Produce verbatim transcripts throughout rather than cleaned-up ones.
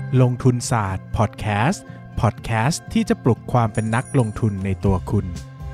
ลงทุนศาสตร์พอดแคสต์พอดแคสต์ที่จะปลุกความเป็นนักลงทุนในตัวคุณ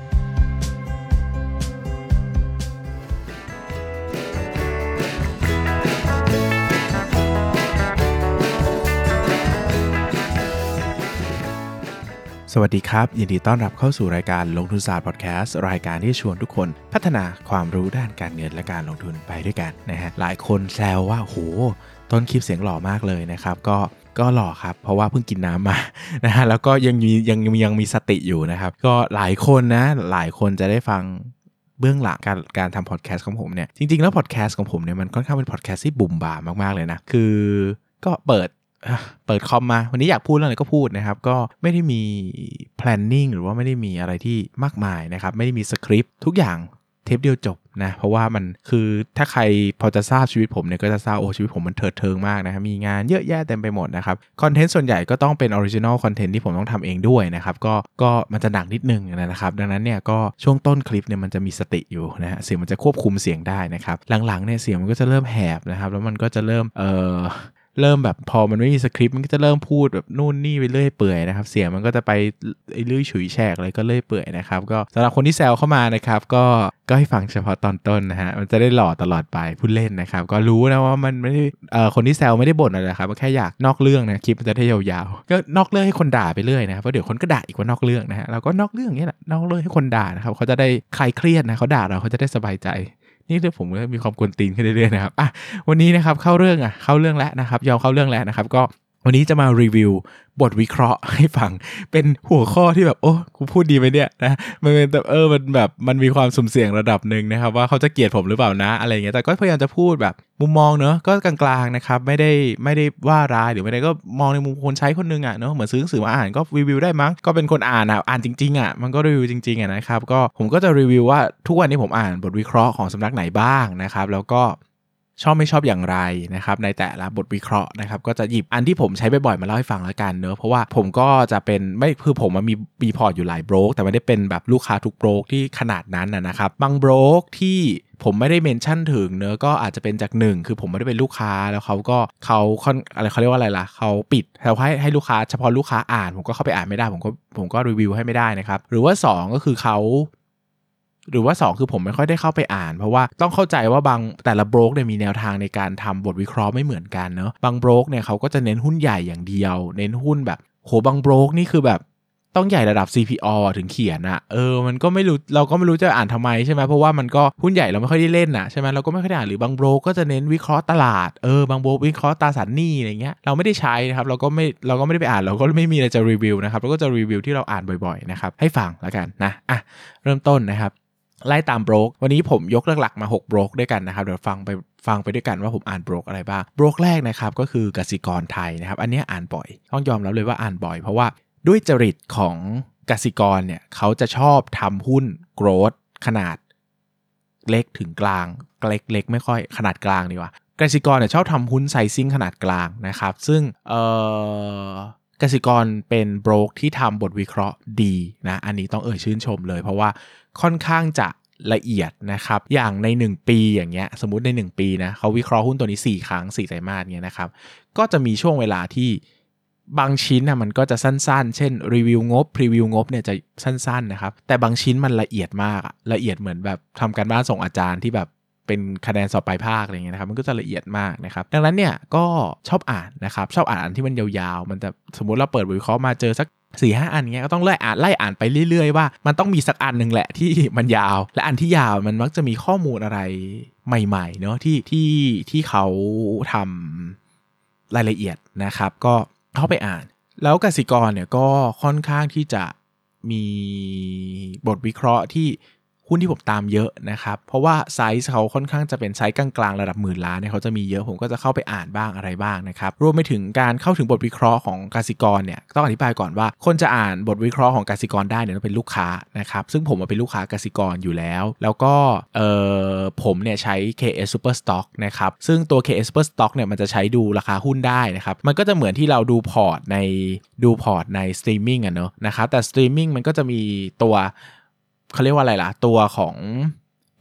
สวัสดีครับยินดีต้อนรับเข้าสู่รายการลงทุนศาสตร์พอดแคสต์รายการที่ชวนทุกคนพัฒนาความรู้ด้านการเงินและการลงทุนไปด้วยกันนะฮะหลายคนแซวว่าโหต้นคลิปเสียงหล่อมากเลยนะครับก็ก็หล่อครับเพราะว่าเพิ่งกินน้ำมานะฮะแล้วก็ยังมียังยังมีสติอยู่นะครับก็หลายคนนะหลายคนจะได้ฟังเบื้องหลังการการทำพอดแคสต์ของผมเนี่ยจริงๆแล้วพอดแคสต์ของผมเนี่ยมันค่อนข้างเป็นพอดแคสต์ที่บุ่มบ่ามมากๆเลยนะคือก็เปิดเปิดคอมมาวันนี้อยากพูดเรื่องอะไรก็พูดนะครับก็ไม่ได้มี planning หรือว่าไม่ได้มีอะไรที่มากมายนะครับไม่ได้มีสคริปต์ทุกอย่างเทปเดียวจบนะเพราะว่ามันคือถ้าใครพอจะทราบชีวิตผมเนี่ยก็จะทราบโอ้ชีวิตผมมันเถิดเทิงมากนะครับมีงานเยอะแยะเต็มไปหมดนะครับคอนเทนต์ส่วนใหญ่ก็ต้องเป็นออริจินอลคอนเทนต์ที่ผมต้องทำเองด้วยนะครับก็ก็มันจะหนักนิดนึงนะครับดังนั้นเนี่ยก็ช่วงต้นคลิปเนี่ยมันจะมีสติอยู่นะฮะเสียงมันจะควบคุมเสียงได้นะครับหลังๆเนี่ยเสียงมันก็จะเริ่มแหบนะครับแล้วมันก็จะเริ่มเอ่อเริ่มแบบพอมันไม่มีสคริปต์มันก็จะเริ่มพูดแบบนู่นนี่ไปเรื่อยเปื่อยนะครับเสียงมันก็จะไปเรื่อยฉุยแฉกอะไรก็เรื่อยเปื่อยนะครับก็สำหรับคนที่แซวเข้ามานะครับก็ก็ให้ฟังเฉพาะตอนต้นนะฮะมันจะได้หล่อตลอดไปพูดเล่นนะครับก็รู้นะว่ามันไม่ได้เอ่อคนที่แซวไม่ได้บ่นอะไรครับแค่อยากนอกเรื่องนะคลิปมันจะได้ยาวๆก็นอกเรื่องให้คนด่าไปเรื่อยนะครับเพราะเดี๋ยวคนก็ด่าอีกว่านอกเรื่องนะฮะเราก็นอกเรื่องนี่แหละนอกเรื่องให้คนด่านะครับเขาจะได้คลายเครียดนะเขาด่าเราเขาจะได้สบายใจนี่เรื่องผมก็มีความกวนตีนขึ้นเรื่อยๆนะครับอ่ะวันนี้นะครับเข้าเรื่องอ่ะเข้าเรื่องแล้วนะครับยอมเข้าเรื่องแล้วนะครับก็วันนี้จะมารีวิวบทวิเคราะห์ให้ฟังเป็นหัวข้อที่แบบโอ้กูพูดดีไหมเนี่ยนะมันเป็นแบบเออมันแบบมันมีความสุ่มเสี่ยงระดับหนึ่งนะครับว่าเขาจะเกลียดผมหรือเปล่านะอะไรอย่างเงี้ยแต่ก็พยายามจะพูดแบบมุมมองเนอะก็กลางๆนะครับไม่ได้ไม่ได้ว่าร้ายหรือไม่ได้ก็มองในมุมคนใช้คนนึงอ่ะเนอะเหมือนซื้อหนังสือมาอ่านก็รีวิวได้มั้งก็เป็นคนอ่านอ่ะอ่านจริงๆอ่ะมันก็รีวิวจริงๆอ่ะนะครับก็ผมก็จะรีวิวว่าทุกวันนี้ผมอ่านบทวิเคราะห์ของสำนักไหนบ้างนะครับแล้วก็ชอบไม่ชอบอย่างไรนะครับในแต่ละบทวิเคราะห์นะครับก็จะหยิบอันที่ผมใช้บ่อยๆมาเล่าให้ฟังแล้วกันเนอะเพราะว่าผมก็จะเป็นไม่คือผมมีมีพอร์ตอยู่หลายโบรกแต่ไม่ได้เป็นแบบลูกค้าทุกโบรกที่ขนาดนั้นนะครับบางโบรกที่ผมไม่ได้เมนชั่นถึงเนอะก็อาจจะเป็นจากหนึ่งคือผมไม่ได้เป็นลูกค้าแล้วเขาก็เขาอะไรเขาเรียกว่าอะไรล่ะเขาปิดเขาให้ให้ลูกค้าเฉพาะลูกค้าอ่านผมก็เข้าไปอ่านไม่ได้ผมก็ผมก็รีวิวให้ไม่ได้นะครับหรือว่าสองก็คือเขาหรือว่าสองคือผมไม่ค่อยได้เข้าไปอ่านเพราะว่าต้องเข้าใจว่าบางแต่ละโบรกเนี่ยมีแนวทางในการทำบทวิเคราะห์ไม่เหมือนกันเนาะบางโบรกเนี่ยเขาก็จะเน้นหุ้นใหญ่อย่างเดียวเน้นหุ้นแบบโหบางโบรกนี่คือแบบต้องใหญ่ระดับ ซี พี โอ ถึงเขียนอะเออมันก็ไม่รู้เราก็ไม่รู้จะอ่านทำไมใช่ไหมเพราะว่ามันก็หุ้นใหญ่เราไม่ค่อยได้เล่นอะใช่ไหมเราก็ไม่ค่อยได้อ่านหรือบางโบรกก็จะเน้นวิเคราะห์ตลาดเออบางโบรกวิเคราะห์ตราสารหนี้อะไรเงี้ยเราไม่ได้ใช้นะครับเราก็ไม่เราก็ไม่ได้ไปอ่านเราก็ไม่มีอะไรจะรีวิวนะครับเราก็จะรีวิวที่เราอ่านบ่อยๆนะครับให้ฟังแล้วกันนะอ่ะเริ่มต้นนะครับไล่ตามโบรกวันนี้ผมยกหลักๆมาหกโบรกด้วยกันนะครับเดี๋ยวฟังไปฟังไปด้วยกันว่าผมอ่านโบรกอะไรบ้างโบรกแรกนะครับก็คือกสิกรไทยนะครับอันนี้อ่านบ่อยต้องยอมรับเลยว่าอ่านบ่อยเพราะว่าด้วยจริตของกสิกรเนี่ยเขาจะชอบทำหุ้นโกรทขนาดเล็กถึงกลางเล็กเล็กไม่ค่อยขนาดกลางดีกว่ากสิกรเนี่ยชอบทำหุ้นไซซิ่งขนาดกลางนะครับซึ่งเอ่อกสิกรเป็นโบรกที่ทำบทวิเคราะห์ดีนะอันนี้ต้องเอ่ยชื่นชมเลยเพราะว่าค่อนข้างจะละเอียดนะครับอย่างในหนึ่งปีอย่างเงี้ยสมมุติในหนึ่งปีนะเขาวิเคราะห์หุ้นตัวนี้สี่ครั้งสี่ไตรมาสเงี้ยนะครับก็จะมีช่วงเวลาที่บางชิ้นน่ะมันก็จะสั้นๆเช่นรีวิวงบพรีวิวงบเนี่ยจะสั้นๆนะครับแต่บางชิ้นมันละเอียดมากอะละเอียดเหมือนแบบทำการบ้านส่งอาจารย์ที่แบบเป็นคะแนนสอบปลายภาคอะไรเงี้ยนะครับมันก็จะละเอียดมากนะครับดังนั้นเนี่ยก็ชอบอ่านนะครับชอบอ่านอันที่มันยาวๆมันจะสมมุติเราเปิดวิเคราะห์มาเจอสัก สี่ห้า อันเงี้ยก็ต้องไล่อ่านไล่อ่านไปเรื่อยๆว่ามันต้องมีสักอันนึงแหละที่มันยาวและอันที่ยาวมันมักจะมีข้อมูลอะไรใหม่ๆเนาะที่ที่ที่เขาทำรายละเอียดนะครับก็เข้าไปอ่านแล้วกสิกรเนี่ยก็ค่อนข้างที่จะมีบทวิเคราะห์ที่หุ้นที่ผมตามเยอะนะครับเพราะว่าไซส์เขาค่อนข้างจะเป็นไซส์กลางๆระดับหมื่นล้านเนี่ยเขาจะมีเยอะผมก็จะเข้าไปอ่านบ้างอะไรบ้างนะครับรวมไปถึงการเข้าถึงบทวิเคราะห์ของกสิกรเนี่ยต้องอธิบายก่อนว่าคนจะอ่านบทวิเคราะห์ของกสิกรได้เนี่ยต้องเป็นลูกค้านะครับซึ่งผมเป็นลูกค้ากสิกรอยู่แล้วแล้วก็เอ่อผมเนี่ยใช้ เค เอส Super Stock นะครับซึ่งตัว เค เอส Super Stock เนี่ยมันจะใช้ดูราคาหุ้นได้นะครับมันก็จะเหมือนที่เราดูพอร์ตในดูพอร์ตในสตรีมมิ่งอ่ะเนอะนะครับแต่สตรีมมิ่งมันก็จะมีตัวเขาเรียกว่าอะไรล่ะตัวของ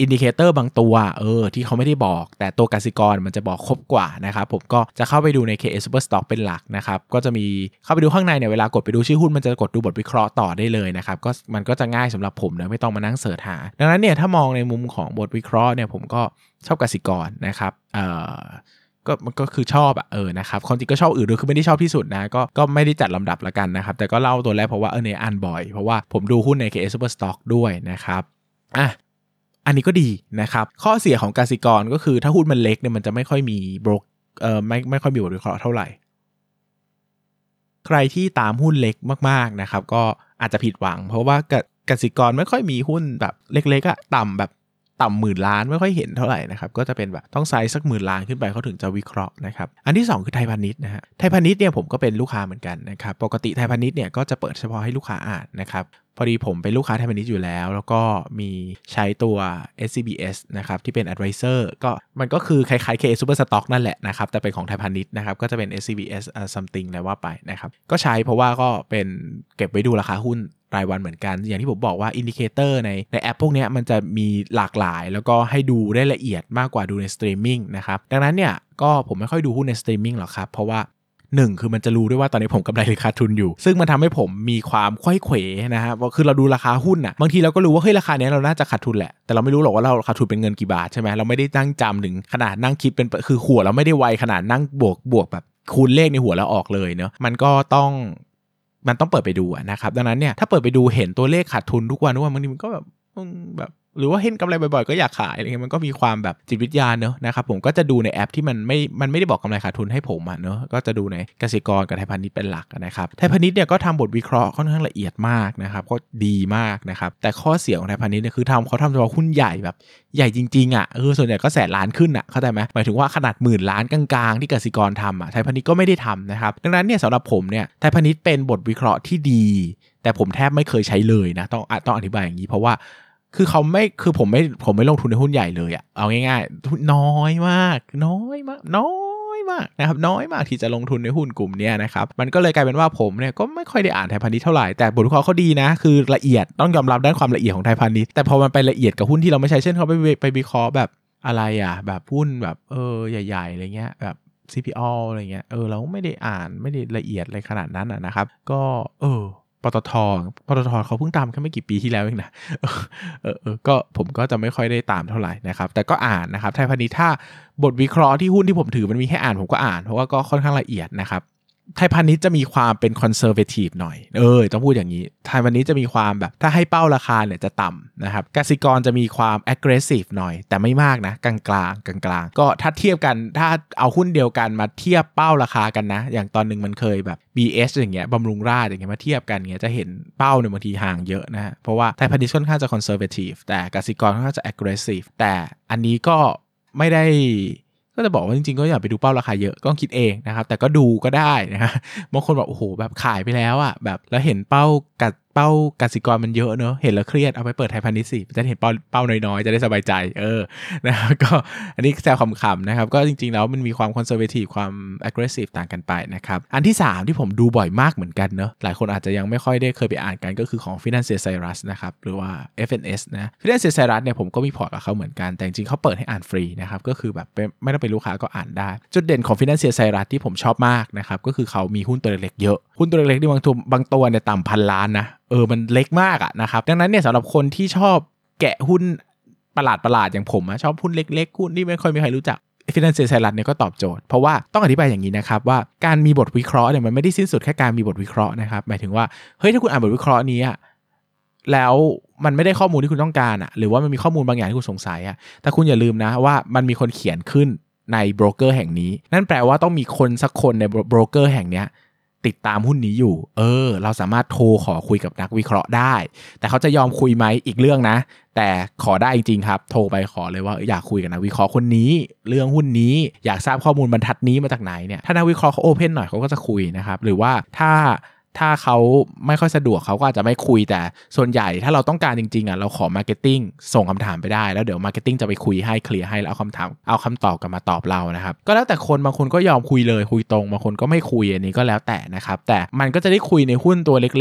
อินดิเคเตอร์บางตัวเออที่เขาไม่ได้บอกแต่ตัวกสิกรมันจะบอกครบกว่านะครับผมก็จะเข้าไปดูใน เค เอ Super Stock เป็นหลักนะครับก็จะมีเข้าไปดูข้างในเนี่ยเวลากดไปดูชื่อหุ้นมันจะกดดูบทวิเคราะห์ต่อได้เลยนะครับก็มันก็จะง่ายสำหรับผมนะไม่ต้องมานั่งเสิร์ชหาดังนั้นเนี่ยถ้ามองในมุมของบทวิเคราะห์เนี่ยผมก็ชอบกสิกรนะครับเอ่อก็มันก็คือชอบอ่ะเออนะครับความจริงก็ชอบอื่นด้วยคือไม่ได้ชอบที่สุดนะก็ก็ไม่ได้จัดลำดับละกันนะครับแต่ก็เล่าตัวแรกเพราะว่าเออเนี่ยอ่านบ่อยเพราะว่าผมดูหุ้นใน เค เอ Super Stock ด้วยนะครับอ่ะอันนี้ก็ดีนะครับข้อเสียของกสิกรก็คือถ้าหุ้นมันเล็กเนี่ยมันจะไม่ค่อยมีโบรกเอ่อไม่ไม่ค่อยมีบทวิเคราะห์เท่าไหร่ใครที่ตามหุ้นเล็กมากๆนะครับก็อาจจะผิดหวังเพราะว่ากกสิกรไม่ค่อยมีหุ้นแบบเล็กๆอะต่ำแบบต่ำหมื่นล้านไม่ค่อยเห็นเท่าไหร่นะครับก็จะเป็นแบบต้องไซส์สักหมื่นล้านขึ้นไปเขาถึงจะวิเคราะห์นะครับอันที่สองคือไทยพาณิชย์นะฮะไทยพาณิชย์เนี่ยผมก็เป็นลูกค้าเหมือนกันนะครับปกติไทยพาณิชย์เนี่ยก็จะเปิดเฉพาะให้ลูกค้าอ่านนะครับพอดีผมเป็นลูกค้าไทยพาณิชย์อยู่แล้วแล้วก็มีใช้ตัว เอส ซี บี เอส นะครับที่เป็น Advisor ก็มันก็คือคล้ายๆ เค เอ Super Stock นั่นแหละนะครับแต่เป็นของไทยพาณิชย์นะครับก็จะเป็น เอส ซี บี เอส uh, something อะไรว่าไปนะครับก็ใช้เพราะว่าก็เป็นเก็บไว้ดูราคาหุ้นรายวันเหมือนกันอย่างที่ผมบอกว่าอินดิเคเตอร์ในในแอปพวกนี้มันจะมีหลากหลายแล้วก็ให้ดูได้ละเอียดมากกว่าดูในสตรีมมิ่งนะครับดังนั้นเนี่ยก็ผมไม่ค่อยดูหุ้นในสตรีมมิ่งหรอกครับเพราะว่าหนึ่งคือมันจะรู้ด้วยว่าตอนนี้ผมกำไรหรือขาดทุนอยู่ซึ่งมันทำให้ผมมีความไขว้เขวนะฮะคือเราดูราคาหุ้นอ่ะบางทีเราก็รู้ว่าเฮ้ยราคานี้เราน่าจะขาดทุนแหละแต่เราไม่รู้หรอกว่าเราขาดทุนเป็นเงินกี่บาทใช่ไหมเราไม่ได้นั่งจำถึงขนาดนั่งคิดเป็นคือหัวเราไม่ได้ไวขนาดนั่งบวกบวกแบบคูณเลขในหัวเราออกเลยเนาะมันก็ต้องมันต้องเปิดไปดูนะครับดังนั้นเนี่ยถ้าเปิดไปดูเห็นตัวเลขขาดทุนทุกวันทุกวันบางทีมันก็แบบแบบหรือว่าเห็นกำไรบ่อยๆก็อยากขายอะไรเงี้ยมันก็มีความแบบจิตวิทยาเนอะนะครับผมก็จะดูในแอปที่มันไม่มันไม่ได้บอกกำไรขาดทุนให้ผมอ่ะเนอะก็จะดูในกสิกรกับไทยพาณิชย์เป็นหลักนะครับไทยพาณิชย์เนี่ยก็ทำบทวิเคราะห์ค่อนข้างละเอียดมากนะครับก็ดีมากนะครับแต่ข้อเสียของไทยพาณิชย์เนี่ยคือทำเขาทำเฉพาะหุ้นใหญ่แบบใหญ่จริงๆอ่ะเออส่วนใหญ่ก็แสนล้านขึ้นอ่ะเข้าใจไหมหมายถึงว่าขนาดหมื่นล้านกลางๆที่กสิกรทำอ่ะไทยพาณิชย์ก็ไม่ได้ทำนะครับดังนั้นเนี่ยสำหรับผมเนี่ยไทยพาณิชย์เป็นบทวิเคราะห์ที่ดีแต่ผมแทบไม่เคยใช้เลยนะต้องต้องอธิบายอย่างนี้เพราะว่าคือเขาไม่คือผมไม่ผมไม่ลงทุนในหุ้นใหญ่เลยอะเอาง่ายๆน้อยมากน้อยมากน้อยมากนะครับน้อยมากที่จะลงทุนในหุ้นกลุ่มนี้นะครับมันก็เลยกลายเป็นว่าผมเนี่ยก็ไม่ค่อยได้อ่านไทยพาณิชย์เท่าไหร่แต่บทวิเคราะห์เขาดีนะคือละเอียดต้องยอมรับด้านความละเอียดของไทยพาณิชย์แต่พอมันไปละเอียดกับหุ้นที่เราไม่ใช่เช่นเขาไปไปวิเคราะห์แบบอะไรอะแบบหุ้นแบบเออใหญ่ๆอะไรเงี้ยแบบ ซี พี โอ อะไรเงี้ยเออเราไม่ได้อ่านไม่ได้ละเอียดอะไรขนาดนั้นนะครับก็เออปตท.ปตท.เขาเพิ่งตามแค่ไม่กี่ปีที่แล้วเองนะเออเออก็ผมก็จะไม่ค่อยได้ตามเท่าไหร่นะครับแต่ก็อ่านนะครับไทยพาณิชย์ถ้าบทวิเคราะห์ที่หุ้นที่ผมถือมันมีให้อ่านผมก็อ่านเพราะว่าก็ค่อนข้างละเอียดนะครับไทยพาณิชย์จะมีความเป็นคอนเซอร์เวทีฟหน่อยเออต้องพูดอย่างนี้ไทยพาณิชย์จะมีความแบบถ้าให้เป้าราคาเนี่ยจะต่ำนะครับกสิกรจะมีความ aggressive หน่อยแต่ไม่มากนะกลางกลางกลางกลางก็ถ้าเทียบกันถ้าเอาหุ้นเดียวกันมาเทียบเป้าราคากันนะอย่างตอนนึงมันเคยแบบ บี เอส อย่างเงี้ยบำรุงราษฎร์อย่างเงี้ยมาเทียบกันเงี้ยจะเห็นเป้าเนี่ยบางทีห่างเยอะนะฮะเพราะว่าไทยพาณิชย์ค่อนข้างจะ conservative แต่กสิกรค่อนข้างจะ aggressive แต่อันนี้ก็ไม่ได้ก็จะบอกว่าจริงๆก็อย่าไปดูเป้าราคาเยอะก็คิดเองนะครับแต่ก็ดูก็ได้นะฮะบางคนบอกโอ้โหแบบขายไปแล้วอ่ะแบบแล้วเห็นเป้ากัดเป้ากสิกรมันเยอะเนอะเห็นแล้วเครียดเอาไปเปิดไทยพาณิชย์สิจะเห็นเป้าเป้าน้อยๆจะได้สบายใจเออนะครับก็อันนี้แซวขำๆนะครับก็จริงๆแล้วมันมีความคอนเซอร์เวทีฟความ aggressive ต่างกันไปนะครับอันที่สามที่ผมดูบ่อยมากเหมือนกันเนอะหลายคนอาจจะยังไม่ค่อยได้เคยไปอ่านกันก็คือของ Financial Cyrus นะครับหรือว่า เอฟ เอ็น เอส นะ Financial Cyrus เนี่ยผมก็มีพอร์ตกับเขาเหมือนกันแต่จริงๆเขาเปิดให้อ่านฟรีนะครับก็คือแบบไม่ต้องเป็นลูกค้าก็อ่านได้จุดเด่นของ Financial Cyrus ที่ผมชอบมากนะครับก็คือเขามีหุ้นตัวเล็กๆเยอะหุ้นตัวเล็กๆที่บางตัวบางตัวเนี่ยต่ำพันล้านนะเออมันเล็กมากอะนะครับดังนั้นเนี่ยสำหรับคนที่ชอบแกะหุ้นประหลาดๆอย่างผมอะชอบหุ้นเล็กๆหุ้นที่ไม่ค่อยมีใครรู้จัก Financial Cyrus เนี่ยก็ตอบโจทย์เพราะว่าต้องอธิบายอย่างนี้นะครับว่าการมีบทวิเคราะห์เนี่ยมันไม่ได้สิ้นสุดแค่การมีบทวิเคราะห์นะครับหมายถึงว่าเฮ้ยถ้าคุณอ่านบทวิเคราะห์นี้อะแล้วมันไม่ได้ข้อมูลที่คุณต้องการอะหรือว่ามันมีข้อมูลบางอย่างที่คุณสงสัยอะแต่คุณอย่าลืมนะว่ามันมีคนเขียนขึ้นในโบรกเกอร์แห่งนี้นั่นแปลว่าต้องมีคนสักคนในโบรกเกอร์แห่งเนี้ยติดตามหุ้นนี้อยู่เออเราสามารถโทรขอคุยกับนักวิเคราะห์ได้แต่เขาจะยอมคุยไหมอีกเรื่องนะแต่ขอได้จริงๆครับโทรไปขอเลยว่าอยากคุยกับนักวิเคราะห์คนนี้เรื่องหุ้นนี้อยากทราบข้อมูลบรรทัดนี้มาจากไหนเนี่ยถ้านักวิเคราะห์เขาโอเพ่นหน่อยเขาก็จะคุยนะครับหรือว่าถ้าถ้าเขาไม่ค่อยสะดวกเขาก็อาจจะไม่คุยแต่ส่วนใหญ่ถ้าเราต้องการจริงๆอ่ะเราขอมาร์เก็ตติ้งส่งคำถามไปได้แล้วเดี๋ยวมาร์เก็ตติ้งจะไปคุยให้เคลียร์ให้แล้วเอาคำถามเอาคำตอบกลับมาตอบเรานะครับก็แล้วแต่คนบางคนก็ยอมคุยเลยคุยตรงบางคนก็ไม่คุยอันนี้ก็แล้วแต่นะครับแต่มันก็จะได้คุยในหุ้นตัวเล็กๆ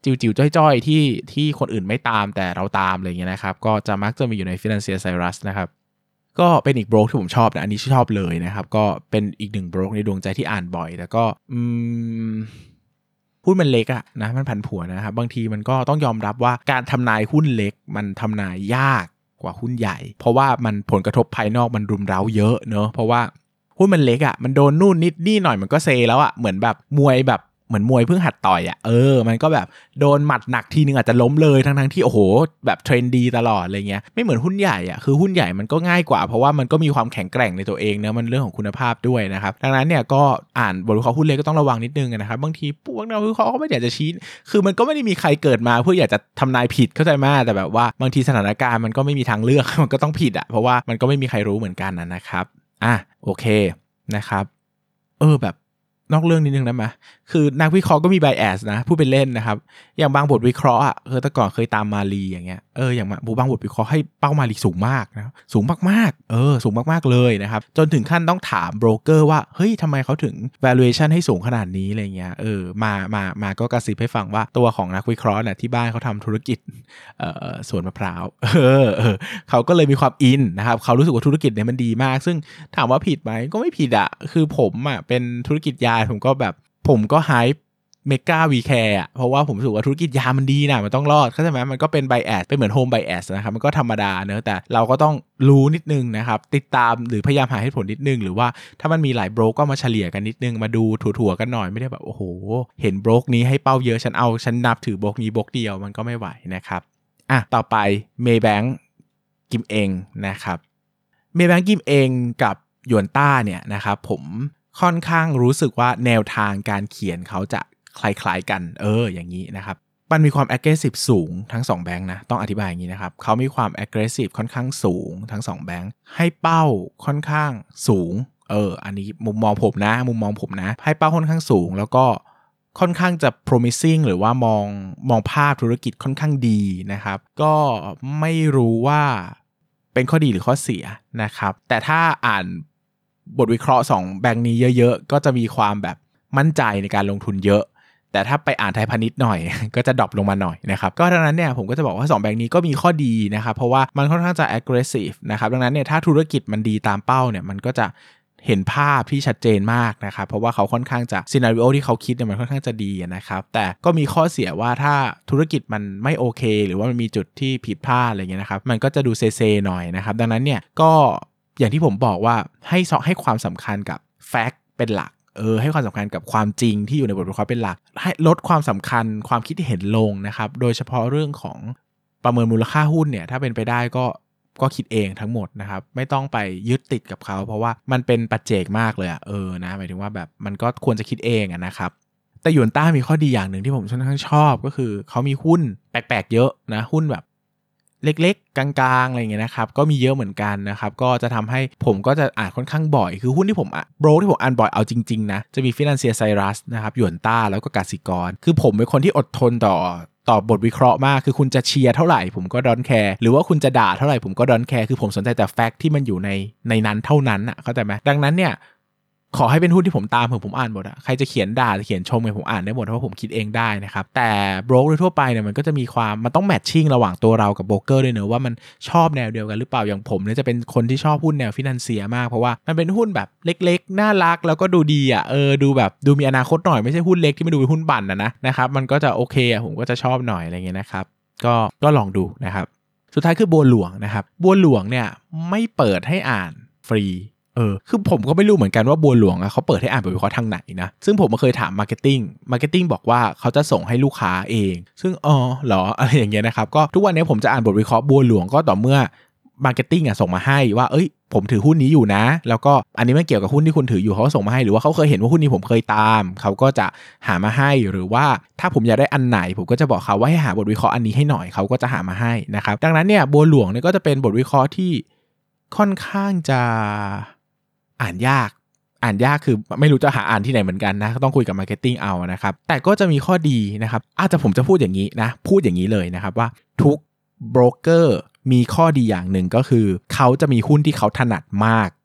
จิ๋วๆจ้อยๆที่ที่คนอื่นไม่ตามแต่เราตามอะไรอย่างเงี้ยนะครับก็จะมักจะมีอยู่ใน Financial Cyrus นะครับก็เป็นอีกโบรกที่ผมชอบนะอันนี้ชอบเลยนะครับก็เป็นอีกหนึ่งโบรกในดวงใจที่อ่านบ่อยแต่ก็อืมหุ้นมันเล็กอะนะมันผันผวนนะครับบางทีมันก็ต้องยอมรับว่าการทำนายหุ้นเล็กมันทำนายยากกว่าหุ้นใหญ่เพราะว่ามันผลกระทบภายนอกมันรุมเร้าเยอะเนอะเพราะว่าหุ้นมันเล็กอะมันโดนนู่นนิดนี่หน่อยมันก็เซแล้วอะเหมือนแบบมวยแบบเหมือนมวยเพิ่งหัดต่อยอ่ะเออมันก็แบบโดนหมัดหนักทีนึงอาจจะล้มเลยทั้งๆที่โอ้โหแบบเทรนดีตลอดอะไรเงี้ยไม่เหมือนหุ้นใหญ่อ่ะคือหุ้นใหญ่มันก็ง่ายกว่าเพราะว่ามันก็มีความแข็งแกร่งในตัวเองเนอะมันเรื่องของคุณภาพด้วยนะครับดังนั้นเนี่ยก็อ่านบทวิเคราะห์หุ้นเล็กก็ต้องระวังนิดนึงนะครับบางทีพวกนักวิเคราะห์เขาไม่อยากจะชี้คือมันก็ไม่ได้มีใครเกิดมาเพื่ออยากจะทำนายผิดเข้าใจมั้ยแต่แบบว่าบางทีสถานการณ์มันก็ไม่มีทางเลือกมันก็ต้องผิดอ่ะเพราะว่ามันก็ไม่มีใครรู้เหมือนกันนะครับอ่ะโอเคนะครับเออแบบนอกเรื่องนิดนึงได้ไหมคือนักวิเคราะห์ก็มี bias นะพูดเป็นเล่นนะครับอย่างบางบทวิเคราะห์อ่ะคือแต่ก่อนเคยตามมาลีอย่างเงี้ยเอออย่างบางบทวิเคราะห์ให้เป้ามาลีสูงมากนะสูงมากๆเออสูงมากๆเลยนะครับจนถึงขั้นต้องถามโบรกเกอร์ว่าเฮ้ยทำไมเขาถึง valuation ให้สูงขนาดนี้อะไรเงี้ยเออมามามาก็กระซิบให้ฟังว่าตัวของนักวิเคราะห์เนี่ยที่บ้านเขาทำธุรกิจเอ่อสวนมะพร้าวเออเออเขาก็เลยมีความอินนะครับเขารู้สึกว่าธุรกิจเนี่ยมันดีมากซึ่งถามว่าผิดไหมก็ไม่ผิดอ่ะคือผมอ่ะเป็นธุรกิจยาผมก็แบบผมก็ไฮป์เมกาวีแคร์อ่ะเพราะว่าผมรู้สึกว่าธุรกิจยามันดีนะมันต้องรอดเข้าใจไหมมันก็เป็นไบแอสเป็นเหมือนโฮมไบแอสนะครับมันก็ธรรมดาเนอะแต่เราก็ต้องรู้นิดนึงนะครับติดตามหรือพยายามหาเหตุผลนิดนึงหรือว่าถ้ามันมีหลายโบรกก็มาเฉลี่ยกันนิดนึงมาดูถั่วๆกันหน่อยไม่ได้แบบโอ้โหเห็นโบรกนี้ให้เป้าเยอะฉันเอาฉันนับถือโบรกนี้โบรกเดียวมันก็ไม่ไหวนะครับอ่ะต่อไปเมย์แบงก์กิมเองนะครับเมย์แบงก์กิมเองกับหยวนต้าเนี่ยนะครับผมค่อนข้างรู้สึกว่าแนวทางการเขียนเขาจะคล้ายๆกันเอออย่างนี้นะครับมันมีความ aggressive สูงทั้งสองแบงค์นะต้องอธิบายอย่างนี้นะครับเขามีความ aggressive ค่อนข้างสูงทั้งสองแบงค์ให้เป้าค่อนข้างสูงเอออันนี้มุมมองผมนะมุมมองผมนะให้เป้าค่อนข้างสูงแล้วก็ค่อนข้างจะ promising หรือว่ามองมองภาพธุรกิจค่อนข้างดีนะครับก็ไม่รู้ว่าเป็นข้อดีหรือข้อเสียนะครับแต่ถ้าอ่านบทวิเคราะห์สองแบงค์นี้เยอะๆก็จะมีความแบบมั่นใจในการลงทุนเยอะแต่ถ้าไปอ่านไทยพาณิชย์หน่อย ก็จะดรอปลงมาหน่อยนะครับก็ดังนั้นเนี่ยผมก็จะบอกว่าสองแบงค์นี้ก็มีข้อดีนะครับเพราะว่ามันค่อนข้างจะ aggressive นะครับดังนั้นเนี่ยถ้าธุรกิจมันดีตามเป้าเนี่ยมันก็จะเห็นภาพที่ชัดเจนมากนะครับเพราะว่าเขาค่อนข้างจะซีนาริโอที่เขาคิดเนี่ยมันค่อนข้างจะดีนะครับแต่ก็มีข้อเสียว่าถ้าธุรกิจมันไม่โอเคหรือว่ามันมีจุดที่ผิดพลาดอะไรเงี้ยนะครับมันก็จะดูเซเซหน่อยนะครับดังนั้นเนี่ยก็อย่างที่ผมบอกว่าให้ให้ความสำคัญกับแฟกต์เป็นหลักเออให้ความสำคัญกับความจริงที่อยู่ในบทวิเคราะห์เป็นหลักให้ลดความสำคัญความคิดเห็นลงนะครับโดยเฉพาะเรื่องของประเมินมูลค่าหุ้นเนี่ยถ้าเป็นไปได้ก็ก็คิดเองทั้งหมดนะครับไม่ต้องไปยึดติดกับเขาเพราะว่ามันเป็นปัจเจกมากเลยอะเออนะหมายถึงว่าแบบมันก็ควรจะคิดเองอะนะครับแต่หยวนต้ามีข้อดีอย่างหนึ่งที่ผมค่อนข้างชอบก็คือเขามีหุ้นแปลกๆเยอะนะหุ้นแบบเล็กๆกลางๆอะไรเงี้ยนะครับก็มีเยอะเหมือนกันนะครับก็จะทำให้ผมก็จะอ่านค่อนข้างบ่อยคือหุ้นที่ผมอ่ะโบรกที่ผมอ่านบ่อยเอาจริงๆนะจะมี Financial Cyrus นะครับหยวนต้าแล้วก็กสิกรคือผมเป็นคนที่อดทนต่อต่อบทวิเคราะห์มากคือคุณจะเชียร์เท่าไหร่ผมก็ดอนแคร์หรือว่าคุณจะด่าเท่าไหร่ผมก็ดอนแคร์คือผมสนใจแต่แฟกต์ที่มันอยู่ในในนั้นเท่านั้นอ่ะเข้าใจไหมดังนั้นเนี่ยขอให้เป็นหุ้นที่ผมตามผมผมอ่านหมดอะใครจะเขียนด่าจะเขียนชมไงผมอ่านได้หมดเพราะผมคิดเองได้นะครับแต่โบรกโดยทั่วไปเนี่ยมันก็จะมีความมันต้องแมทชิ่งระหว่างตัวเรากับโบรกเกอร์ด้วยเนอะว่ามันชอบแนวเดียวกันหรือเปล่าอย่างผมเนี่ยจะเป็นคนที่ชอบหุ้นแนวฟินันเซียมากเพราะว่ามันเป็นหุ้นแบบเล็กๆน่ารักแล้วก็ดูดีอะเออดูแบบดูมีอนาคตหน่อยไม่ใช่หุ้นเล็กที่ไม่ดูเป็นหุ้นปั่นนะนะครับมันก็จะโอเคอะผมก็จะชอบหน่อยอะไรเงี้ยนะครับก็ก็ลองดูนะครับสุดท้ายคือบัวหลวงนะครับบัวหลวงเนี่ยไม่เปิดให้อ่านฟรีเออคือผมก็ไม่รู้เหมือนกันว่าบัวหลวงอะเขาเปิดให้อ่านบทวิเคราะห์ทางไหนนะซึ่งผมก็เคยถามมาร์เก็ตติ้งมาร์เก็ตติ้งบอกว่าเขาจะส่งให้ลูกค้าเองซึ่งอ๋อเหรออะไรอย่างเงี้ยนะครับก็ทุกวันนี้ผมจะอ่านบทวิเคราะห์บัวหลวงก็ต่อเมื่อมาร์เก็ตติ้งอะส่งมาให้ว่าเอ้ยผมถือหุ้นนี้อยู่นะแล้วก็อันนี้ไม่เกี่ยวกับหุ้นที่คุณถืออยู่เขาก็ส่งมาให้หรือว่าเขาเคยเห็นว่าหุ้นนี้ผมเคยตามเขาก็จะหามาให้หรือว่าถ้าผมอยากได้อันไหนผมก็จะบอกเขาว่าให้หาบทวิเคราะห์อันนี้ให้หน่อยเขาก็จะหามาให้นะครับดังนั้นเนี่ยบัวหลวงเนี่ยก็จะเป็นบทวิเคราะห์ที่ค่อนข้างจะอ่านยากอ่านยากคือไม่รู้จะหาอ่านที่ไหนเหมือนกันนะก็ต้องคุยกับมาร์เก็ตติ้งเอานะครับแต่ก็จะมีข้อดีนะครับอาจจะผมจะพูดอย่างนี้นะพูดอย่างนี้เลยนะครับว่าทุกโบรกเกอร์มีข้อดีอย่างหนึ่งก็คือเขาจะมีหุ้นที่เขาถนัดมาก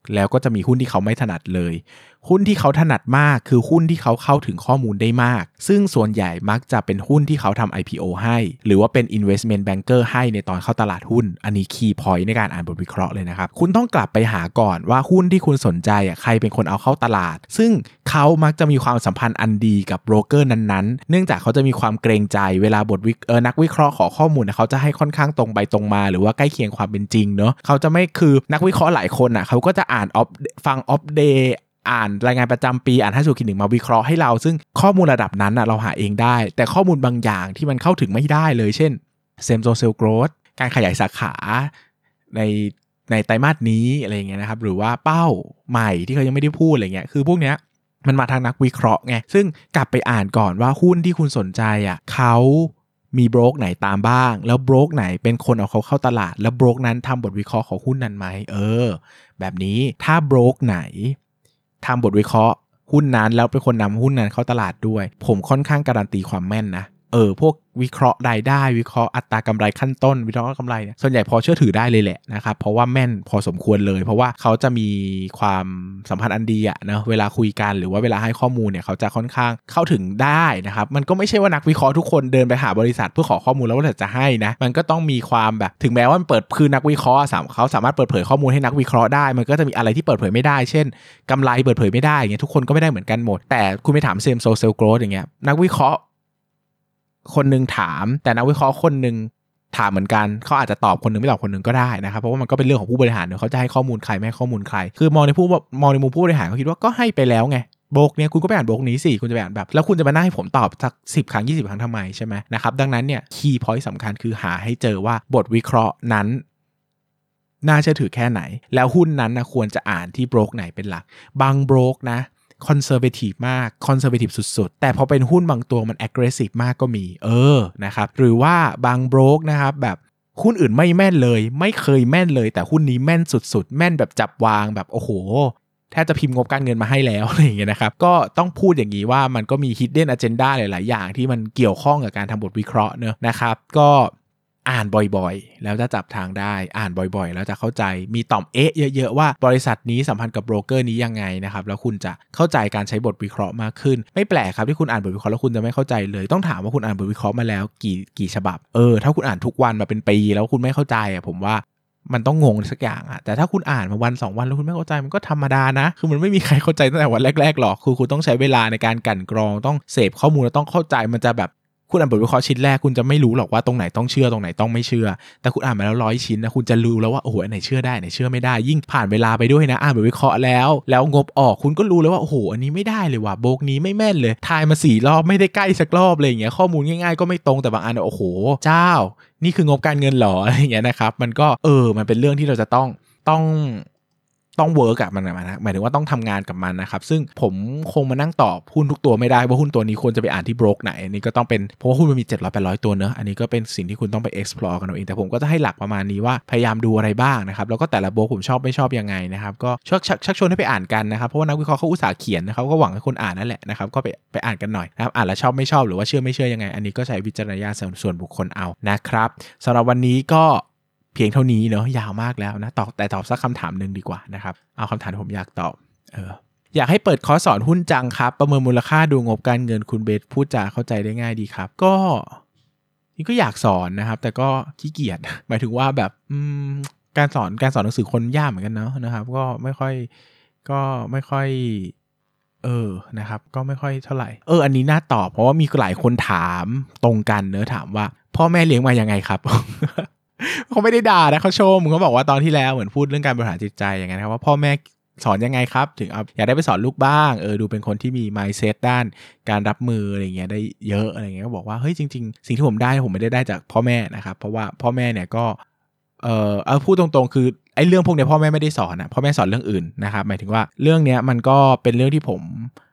แล้วก็จะมีหุ้นที่เขาไม่ถนัดเลยหุ้นที่เขาถนัดมากคือหุ้นที่เขาเข้าถึงข้อมูลได้มากซึ่งส่วนใหญ่มักจะเป็นหุ้นที่เขาทำ ไอ พี โอ ให้หรือว่าเป็น investment banker ให้ในตอนเข้าตลาดหุ้นอันนี้ key point ในการอ่านบทวิเคราะห์เลยนะครับคุณต้องกลับไปหาก่อนว่าหุ้นที่คุณสนใจอ่ะใครเป็นคนเอาเข้าตลาดซึ่งเขามักจะมีความสัมพันธ์อันดีกับโบรกเกอร์นั้นๆเนื่องจากเขาจะมีความเกรงใจเวลาบทวิเออนักวิเคราะห์ขอข้อมูลนะเขาจะให้ค่อนข้างตรงไปตรงมาหรือว่าใกล้เคียงความเป็นจริงเนาะเขาจะไม่คือนักวิเคราะห์หลายคนอ่ะเขาก็จะอ่านออฟฟังออฟเดย์อ่านรายงานประจำปีอ่านห้าจุดหนึ่งมาวิเคราะห์ให้เราซึ่งข้อมูลระดับนั้นอ่ะเราหาเองได้แต่ข้อมูลบางอย่างที่มันเข้าถึงไม่ได้เลยเช่น same store sales growth การขยายสาขาในในไตรมาสนี้อะไรอย่างเงี้ยนะครับหรือว่าเป้าใหม่ที่เขายังไม่ได้พูดอะไรเงี้ยคือพวกเนี้ยมันมาทางนักวิเคราะห์ไงซึ่งกลับไปอ่านก่อนว่าหุ้นที่คุณสนใจอ่ะเขามีโบรกไหนตามบ้างแล้วโบรกไหนเป็นคนเอาเขาเข้าตลาดแล้วโบรกนั้นทำบทวิเคราะห์ของหุ้นนั้นไหมเออแบบนี้ถ้าโบรกไหนทำบทวิเคราะห์หุ้นนั้นแล้วเป็นคนนำหุ้นนั้นเข้าตลาดด้วยผมค่อนข้างการันตีความแม่นนะเออพวกวิเคราะห์รายได้วิเคราะห์อัตรากำไรขั้นต้นวิเคราะห์กำไรเนี่ยส่วนใหญ่พอเชื่อถือได้เลยแหละนะครับเพราะว่าแม่นพอสมควรเลยเพราะว่าเขาจะมีความสัมพันธ์อันดีอะนะเวลาคุยกันหรือว่าเวลาให้ข้อมูลเนี่ยเขาจะค่อนข้างเข้าถึงได้นะครับมันก็ไม่ใช่ว่านักวิเคราะห์ทุกคนเดินไปหาบริษัทเพื่อขอข้อมูลแล้วว่าจะให้นะมันก็ต้องมีความแบบถึงแม้ว่ามันเปิดคือนักวิเคราะห์เขาสามารถเปิดเผยข้อมูลให้นักวิเคราะห์ได้มันก็จะมีอะไรที่เปิดเผยไม่ได้เช่นกำไรเปิดเผยไม่ได้อย่างเงี้ยทุกคนก็ไม่ได้เหมือนกันหมดแต่คุณไปถาม same store sales growth อย่างเงี้ยนักวิเคราะห์คนนึงถามแต่นักวิเคราะห์คนนึงถามเหมือนกันเขาอาจจะตอบคนนึงไม่ตอบคนนึงก็ได้นะครับเพราะว่ามันก็เป็นเรื่องของผู้บริหารเนอะเขาจะให้ข้อมูลใครไม่ให้ข้อมูลใครคือมองในผู้มองในมุมผู้บริหารเขาคิดว่าก็ให้ไปแล้วไงโบรกเนี้ยคุณก็ไปอ่านโบรกนี้สิคุณจะไปอ่านแบบแล้วคุณจะมานั่งให้ผมตอบสักสิบครั้งยี่สิบครั้งทำไมใช่ไหมนะครับดังนั้นเนี่ยคีย์พอยต์สำคัญคือหาให้เจอว่าบทวิเคราะห์นั้นน่าเชื่อถือแค่ไหนแล้วหุ้นนั้นนะควรจะอ่านที่โบรกไหนเป็นหลักบางโบรกนะคอนเซอร์เวทีฟมากคอนเซอร์เวทีฟสุดๆแต่พอเป็นหุ้นบางตัวมันแอคเกรสซีฟมากก็มีเออนะครับหรือว่าบางโบรกนะครับแบบหุ้นอื่นไม่แม่นเลยไม่เคยแม่นเลยแต่หุ้นนี้แม่นสุดๆแม่นแบบจับวางแบบโอ้โหแทบจะพิมพ์งบการเงินมาให้แล้วอะไรอย่างเงี้ยนะครับก็ต้องพูดอย่างนี้ว่ามันก็มี hidden agenda หลายๆอย่างที่มันเกี่ยวข้องกับการทำบทวิเคราะห์เนอะนะครับก็อ่านบ่อยๆแล้วจะจับทางได้อ่านบ่อยๆแล้วจะเข้าใจมีต่อมเอ๊ะเยอะๆว่าบริษัทนี้สัมพันธ์กับโบรกเกอร์นี้ยังไงนะครับแล้วคุณจะเข้าใจการใช้บทวิเคราะห์มากขึ้นไม่แปลกครับที่คุณอ่านบทวิเคราะห์แล้วคุณจะไม่เข้าใจเลยต้องถามว่าคุณอ่านบทวิเคราะห์มาแล้วกี่กี่ฉบับเออถ้าคุณอ่านทุกวันมาเป็นปีแล้วคุณไม่เข้าใจอ่ะผมว่ามันต้องงงสักอย่างอ่ะแต่ถ้าคุณอ่านมาวันสองวันแล้วคุณไม่เข้าใจมันก็ธรรมดานะคือมันไม่มีใครเข้าใจตั้งแต่วันแรกๆหรอกคือคุณต้องใช้เวลาในการกลั่นกรองต้องเสพข้อมูลแล้วต้องเข้าใจมันจะแบบคุณอ่านบทวิเคราะห์ชิ้นแรกคุณจะไม่รู้หรอกว่าตรงไหนต้องเชื่อตรงไหนต้องไม่เชื่อแต่คุณอ่านมาแล้วร้อยชิ้นนะคุณจะรู้แล้วว่าโอ้โหอันไหนเชื่อได้อันไหนเชื่อไม่ได้ยิ่งผ่านเวลาไปด้วยนะอ่านบทวิเคราะห์แล้วแล้วงบออกคุณก็รู้แล้วว่าโอ้โหอันนี้ไม่ได้เลยว่ะโบรกนี้ไม่แม่นเลยทายมาสี่รอบไม่ได้ใกล้สักรอบเลยอย่างเงี้ยข้อมูลง่ายๆก็ไม่ตรงแต่บางอันโอ้โหเจ้านี่คืองบการเงินหรออะไรอย่างเงี้ยนะครับมันก็เออมันเป็นเรื่องที่เราจะต้องต้องต้องเวิร์กกับมันนะหมายถึงว่าต้องทำงานกับมันนะครับซึ่งผมคงมานั่งตอบหุ้นทุกตัวไม่ได้ว่าหุ้นตัวนี้ควรจะไปอ่านที่โบรกไหนอันนี้ก็ต้องเป็นเพราะว่าหุ้นมันมีเจ็ดร้อย แปดร้อยตัวเนอะอันนี้ก็เป็นสิ่งที่คุณต้องไป explore กันเอาเองแต่ผมก็จะให้หลักประมาณนี้ว่าพยายามดูอะไรบ้างนะครับแล้วก็แต่ละโบรกผมชอบไม่ชอบยังไงนะครับก็ชักชักชวนให้ไปอ่านกันนะครับเพราะว่านักวิเคราะห์เขาอุตส่าห์เขียนนะครับก็หวังให้คนอ่านนั่นแหละนะครับก็ไปไปอ่านกันหน่อยนะครับอ่านแล้วชอบไม่ชอบหรือว่าเชื่อไม่เชื่อยังไงอันนี้ก็ใช้วิจารณญาณส่วนบุคคลเอานะครับสำหรับวันนี้ก็เพียงเท่านี้เนาะยาวมากแล้วนะตอบแต่ตอบสักคำถามนึงดีกว่านะครับเอาคำถามที่ผมอยากตอบเอออยากให้เปิดคอร์สสอนหุ้นจังครับประเมินมูลค่าดูงบการเงินคุณเบสพูดจาเข้าใจได้ง่ายดีครับก็นี่ก็อยากสอนนะครับแต่ก็ขี้เกียจหมายถึงว่าแบบอืมการสอนการสอนหนังสือคนยากเหมือนกันเนาะนะครับก็ไม่ค่อยก็ไม่ค่อยเออนะครับก็ไม่ค่อยเท่าไหร่เอออันนี้น่าตอบเพราะว่ามีหลายคนถามตรงกันเนอะถามว่าพ่อแม่เลี้ยงมายังไงครับ เขาไม่ได้ด่านะเขาชมเขาบอกว่าตอนที่แล้วเหมือนพูดเรื่องการบริหารจิตใจอย่างเงี้ยนะครับว่าพ่อแม่สอนยังไงครับถึงเอาอยากได้ไปสอนลูกบ้างเออดูเป็นคนที่มี mindset ด้านการรับมืออะไรเงี้ยได้เยอะอะไรเงี้ยก็บอกว่าเฮ้ยจริงๆสิ่งที่ผมได้ผมไม่ได้ได้จากพ่อแม่นะครับเพราะว่าพ่อแม่เนี่ยก็เออเอาพูดตรงๆคือไอ้เรื่องพวกนี้พ่อแม่ไม่ได้สอนนะพ่อแม่สอนเรื่องอื่นนะครับหมายถึงว่าเรื่องเนี้ยมันก็เป็นเรื่องที่ผม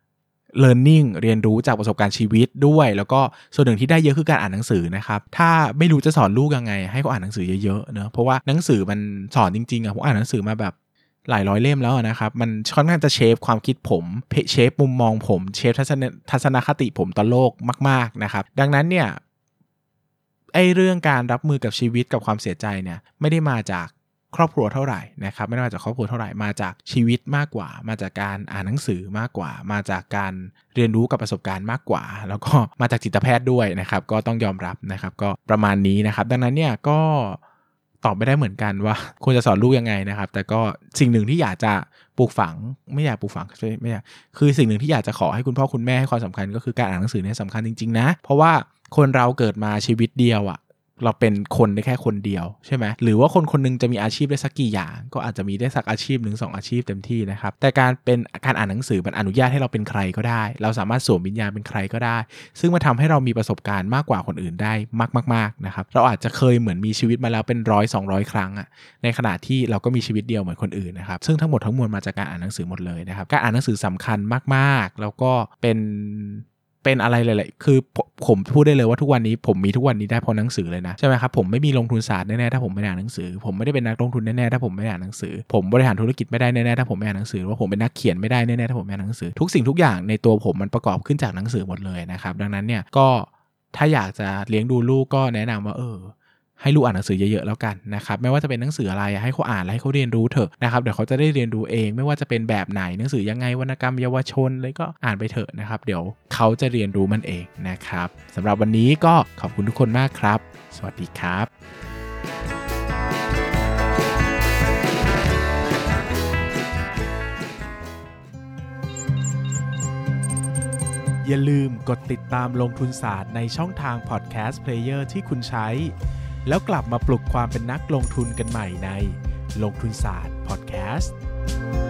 learning เรียนรู้จากประสบการณ์ชีวิตด้วยแล้วก็ส่วนหนึ่งที่ได้เยอะคือการอ่านหนังสือนะครับถ้าไม่รู้จะสอนลูกยังไงให้เขาอ่านหนังสือเยอะๆเนอะเพราะว่าหนังสือมันสอนจริงๆอ่ะผมอ่านหนังสือมาแบบหลายร้อยเล่มแล้วนะครับมันค่อนข้างจะเชฟความคิดผมเชฟมุมมองผมเชฟทัศนทัศนคติผมต่อโลกมากๆนะครับดังนั้นเนี่ยไอ้เรื่องการรับมือกับชีวิตกับความเสียใจเนี่ยไม่ได้มาจากครอบครัวเท่าไหร่นะครับไม่ได้มาจากครอบครัวเท่าไหร่มาจากชีวิตมากกว่ามาจากการอ่านหนังสือมากกว่ามาจากการเรียนรู้กับประสบการณ์มากกว่าแล้วก็มาจากจิตแพทย์ด้วยนะครับก็ต้องยอมรับนะครับก็ประมาณนี้นะครับดังนั้นเนี่ยก็ตอบไม่ได้เหมือนกันว่าควรจะสอนลูกยังไงนะครับแต่ก็สิ่งหนึ่งที่อยากจะปลูกฝังไม่อยากปลูกฝังไม่อยากคือสิ่งหนึ่งที่อยากจะขอให้คุณพ่อคุณแม่ให้ความสำคัญก็คือการอ่านหนังสือเนี่ยสำคัญจริงๆนะเพราะว่าคนเราเกิดมาชีวิตเดียวอ่ะเราเป็นคนได้แค่คนเดียวใช่ไหมหรือว่าคนคนนึงจะมีอาชีพได้สักกี่อย่างก็อาจจะมีได้สักอาชีพหนึ่งสองอาชีพเต็มที่นะครับแต่การเป็นการอ่านหนังสือมันอนุญาตให้เราเป็นใครก็ได้เราสามารถสวมวิญญาณเป็นใครก็ได้ซึ่งมันทำให้เรามีประสบการณ์มากกว่าคนอื่นได้มากๆๆนะครับเราอาจจะเคยเหมือนมีชีวิตมาแล้วเป็นร้อยสองร้อยครั้งอ่ะในขณะที่เราก็มีชีวิตเดียวเหมือนคนอื่นนะครับซึ่งทั้งหมดทั้งมวลมาจากการอ่านหนังสือหมดเลยนะครับการอ่านหนังสือสำคัญมากๆแล้วก็เป็นเป็นอะไรเลยๆคือผมพูดได้เลยว่าทุกวันนี้ผมมีทุกวันนี้ได้เพราะหนังสือเลยนะใช่ไหมครับผมไม่มีลงทุนศาสตร์แน่ๆถ้าผมไม่อ่านหนังสือผมไม่ได้เป็นนักลงทุนแน่ๆถ้าผมไม่อ่านหนังสือผมบริหารธุรกิจไม่ได้แน่ๆถ้าผมไม่อ่านหนังสือว่าผมเป็นนักเขียนไม่ได้แน่ๆถ้าผมไม่อ่านหนังสือทุกสิ่งทุกอย่างในตัวผมมันประกอบขึ้นจากหนังสือหมดเลยนะครับดังนั้นเนี่ยก็ถ้าอยากจะเลี้ยงดูลูกก็แนะนำว่าเออให้ลูกอ่านหนังสือเยอะๆแล้วกันนะครับไม่ว่าจะเป็นหนังสืออะไรให้เขาอ่านและให้เขาเรียนรู้เถอะนะครับเดี๋ยวเขาจะได้เรียนรู้เองไม่ว่าจะเป็นแบบไหนหนังสือยังไงวรรณกรรมเยาวชนเลยก็อ่านไปเถอะนะครับเดี๋ยวเขาจะเรียนรู้มันเองนะครับสำหรับวันนี้ก็ขอบคุณทุกคนมากครับสวัสดีครับอย่าลืมกดติดตามลงทุนศาสตร์ในช่องทางพอดแคสต์เพลเยอร์ที่คุณใช้แล้วกลับมาปลุกความเป็นนักลงทุนกันใหม่ในลงทุนศาสตร์พอดแคสต์